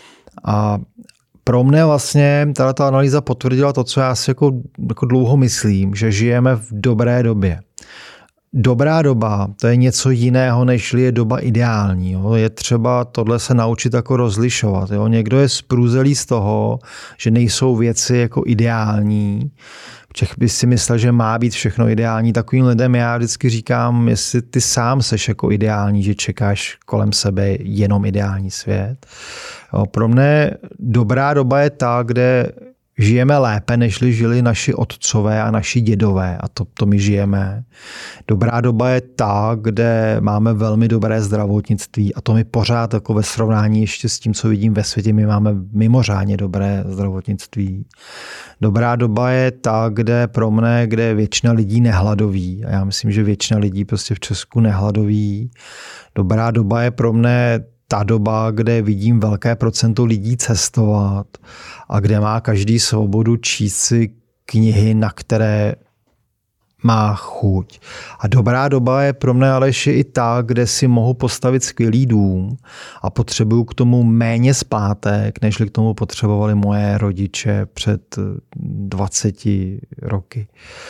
A pro mě vlastně ta analýza potvrdila to, co já si jako, jako dlouho myslím, že žijeme v dobré době. Dobrá doba, to je něco jiného, než je doba ideální. Jo. Je třeba tohle se naučit jako rozlišovat. Jo. Někdo je sprůzelý z toho, že nejsou věci jako ideální. Čech by si myslel, že má být všechno ideální. Takovým lidem já vždycky říkám, jestli ty sám seš jako ideální, že čekáš kolem sebe jenom ideální svět. Jo. Pro mě dobrá doba je ta, kde žijeme lépe, nežli žili naši otcové a naši dědové a to, to my žijeme. Dobrá doba je ta, kde máme velmi dobré zdravotnictví a to my pořád jako ve srovnání ještě s tím, co vidím ve světě, my máme mimořádně dobré zdravotnictví. Dobrá doba je ta, kde pro mne, kde většina lidí nehladoví a já myslím, že většina lidí prostě v Česku nehladoví. Dobrá doba je pro mne ta doba, kde vidím velké procento lidí cestovat a kde má každý svobodu číst si knihy, na které má chuť. A dobrá doba je pro mě ale i ta, kde si mohu postavit skvělý dům a potřebuju k tomu méně splátek, než k tomu potřebovali moje rodiče před dvaceti roky.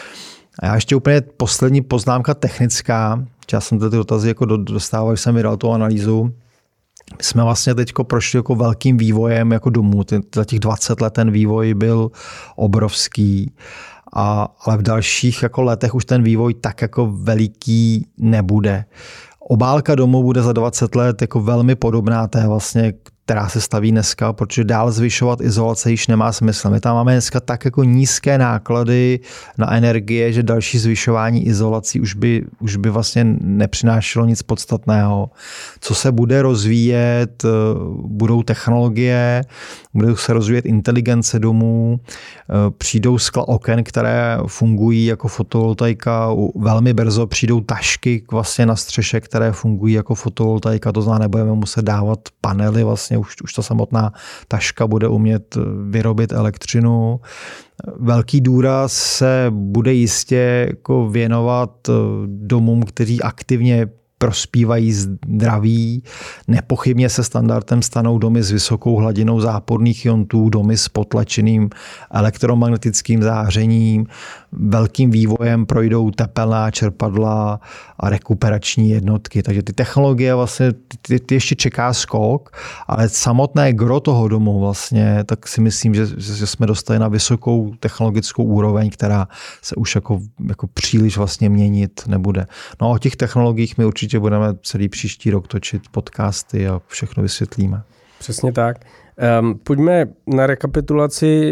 A já ještě úplně poslední poznámka technická. Já jsem ty dotazy jako dostával, když jsem vydal tu analýzu. My jsme vlastně teď prošli jako velkým vývojem jako domů. Za těch dvacet let ten vývoj byl obrovský, a, ale v dalších jako letech už ten vývoj tak jako veliký nebude. Obálka domu bude za dvacet let jako velmi podobná té vlastně, která se staví dneska, protože dál zvyšovat izolace již nemá smysl. My tam máme dneska tak jako nízké náklady na energie, že další zvyšování izolací už by, už by vlastně nepřinášelo nic podstatného. Co se bude rozvíjet, budou technologie, budou se rozvíjet inteligence domů, přijdou skla oken, které fungují jako fotovoltaika, velmi brzo přijdou tašky vlastně na střeše, které fungují jako fotovoltaika, to znamená, nebudeme muset dávat panely, vlastně už, už ta samotná taška bude umět vyrobit elektřinu. Velký důraz se bude jistě jako věnovat domům, kteří aktivně prospívají zdraví. Nepochybně se standardem stanou domy s vysokou hladinou záporných iontů, domy s potlačeným elektromagnetickým zářením, velkým vývojem projdou tepelná čerpadla a rekuperační jednotky. Takže ty technologie vlastně, ty, ty ještě čeká skok, ale samotné gro toho domu vlastně, tak si myslím, že, že jsme dostali na vysokou technologickou úroveň, která se už jako, jako příliš vlastně měnit nebude. No a o těch technologiích my určitě budeme celý příští rok točit podcasty a všechno vysvětlíme. Přesně tak. Um, pojďme na rekapitulaci.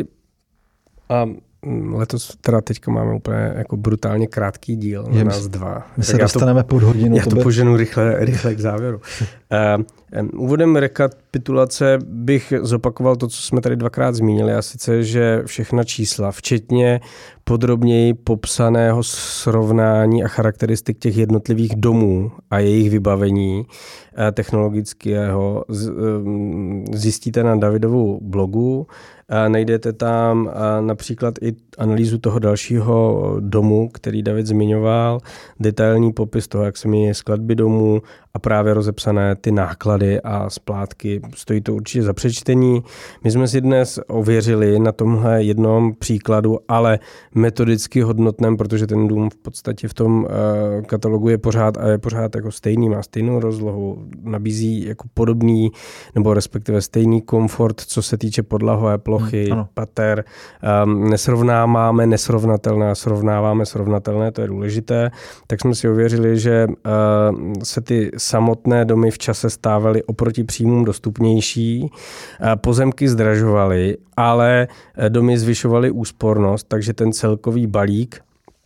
Um, Letos teda teďka máme úplně jako brutálně krátký díl, na nás dva. My se dostaneme pod hodinu. Já to by... poženu rychle, rychle k závěru. Uh, um, úvodem rekapitulace bych zopakoval to, co jsme tady dvakrát zmínili, a sice, že všechna čísla, včetně podrobněji popsaného srovnání a charakteristik těch jednotlivých domů a jejich vybavení uh, technologického, z, um, zjistíte na Davidovu blogu. Najdete tam například i analýzu toho dalšího domu, který David zmiňoval, detailní popis toho, jak se mění skladby domů a právě rozepsané ty náklady a splátky. Stojí to určitě za přečtení. My jsme si dnes ověřili na tomhle jednom příkladu, ale metodicky hodnotném, protože ten dům v podstatě v tom katalogu je pořád a je pořád jako stejný, má stejnou rozlohu, nabízí jako podobný nebo respektive stejný komfort, co se týče podlahové plochy, hmm, pater. Um, nesrovnáváme nesrovnatelné, srovnáváme srovnatelné, to je důležité. Tak jsme si ověřili, že uh, se ty samotné domy v čase stávaly oproti příjmům dostupnější, uh, pozemky zdražovaly, ale domy zvyšovaly úspornost, takže ten celkový balík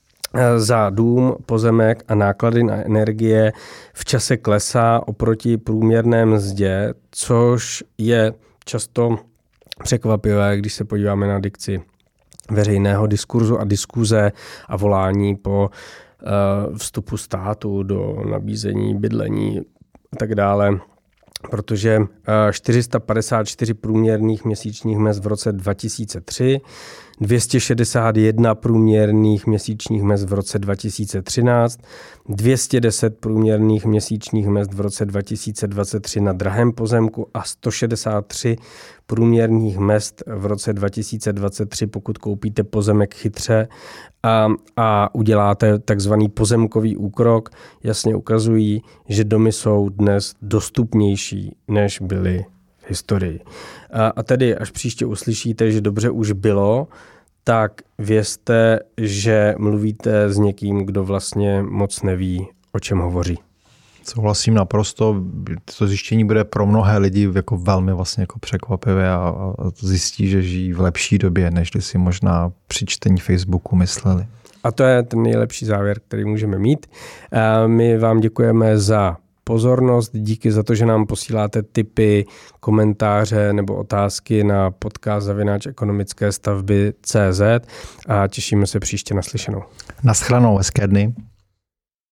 za dům, pozemek a náklady na energie v čase klesá oproti průměrné mzdě, což je často překvapivé, když se podíváme na dikci veřejného diskurzu a diskuze a volání po uh, vstupu státu do nabízení bydlení a tak dále. Protože uh, čtyři sta padesát čtyři průměrných měsíčních mezd v roce dva tisíce tři, dvě stě šedesát jedna průměrných měsíčních mezd v roce dva tisíce třináct, dvě stě deset průměrných měsíčních mezd v roce dva tisíce dvacet tři na drahém pozemku a sto šedesát tři průměrných mezd v roce dva tisíce dvacet tři, pokud koupíte pozemek chytře a, a uděláte takzvaný pozemkový úkrok, jasně ukazují, že domy jsou dnes dostupnější, než byly v historii. A, a tedy, až příště uslyšíte, že dobře už bylo, tak vězte, že mluvíte s někým, kdo vlastně moc neví, o čem hovoří. Souhlasím naprosto. To zjištění bude pro mnohé lidi jako velmi vlastně jako překvapivé a, a zjistí, že žijí v lepší době, než si možná při čtení Facebooku mysleli. A to je ten nejlepší závěr, který můžeme mít. My vám děkujeme za pozornost, díky za to, že nám posíláte tipy, komentáře nebo otázky na podcast zavináč ekonomické stavby tečka cé zet a těšíme se příště naslyšenou. Naschledanou, hezké dny.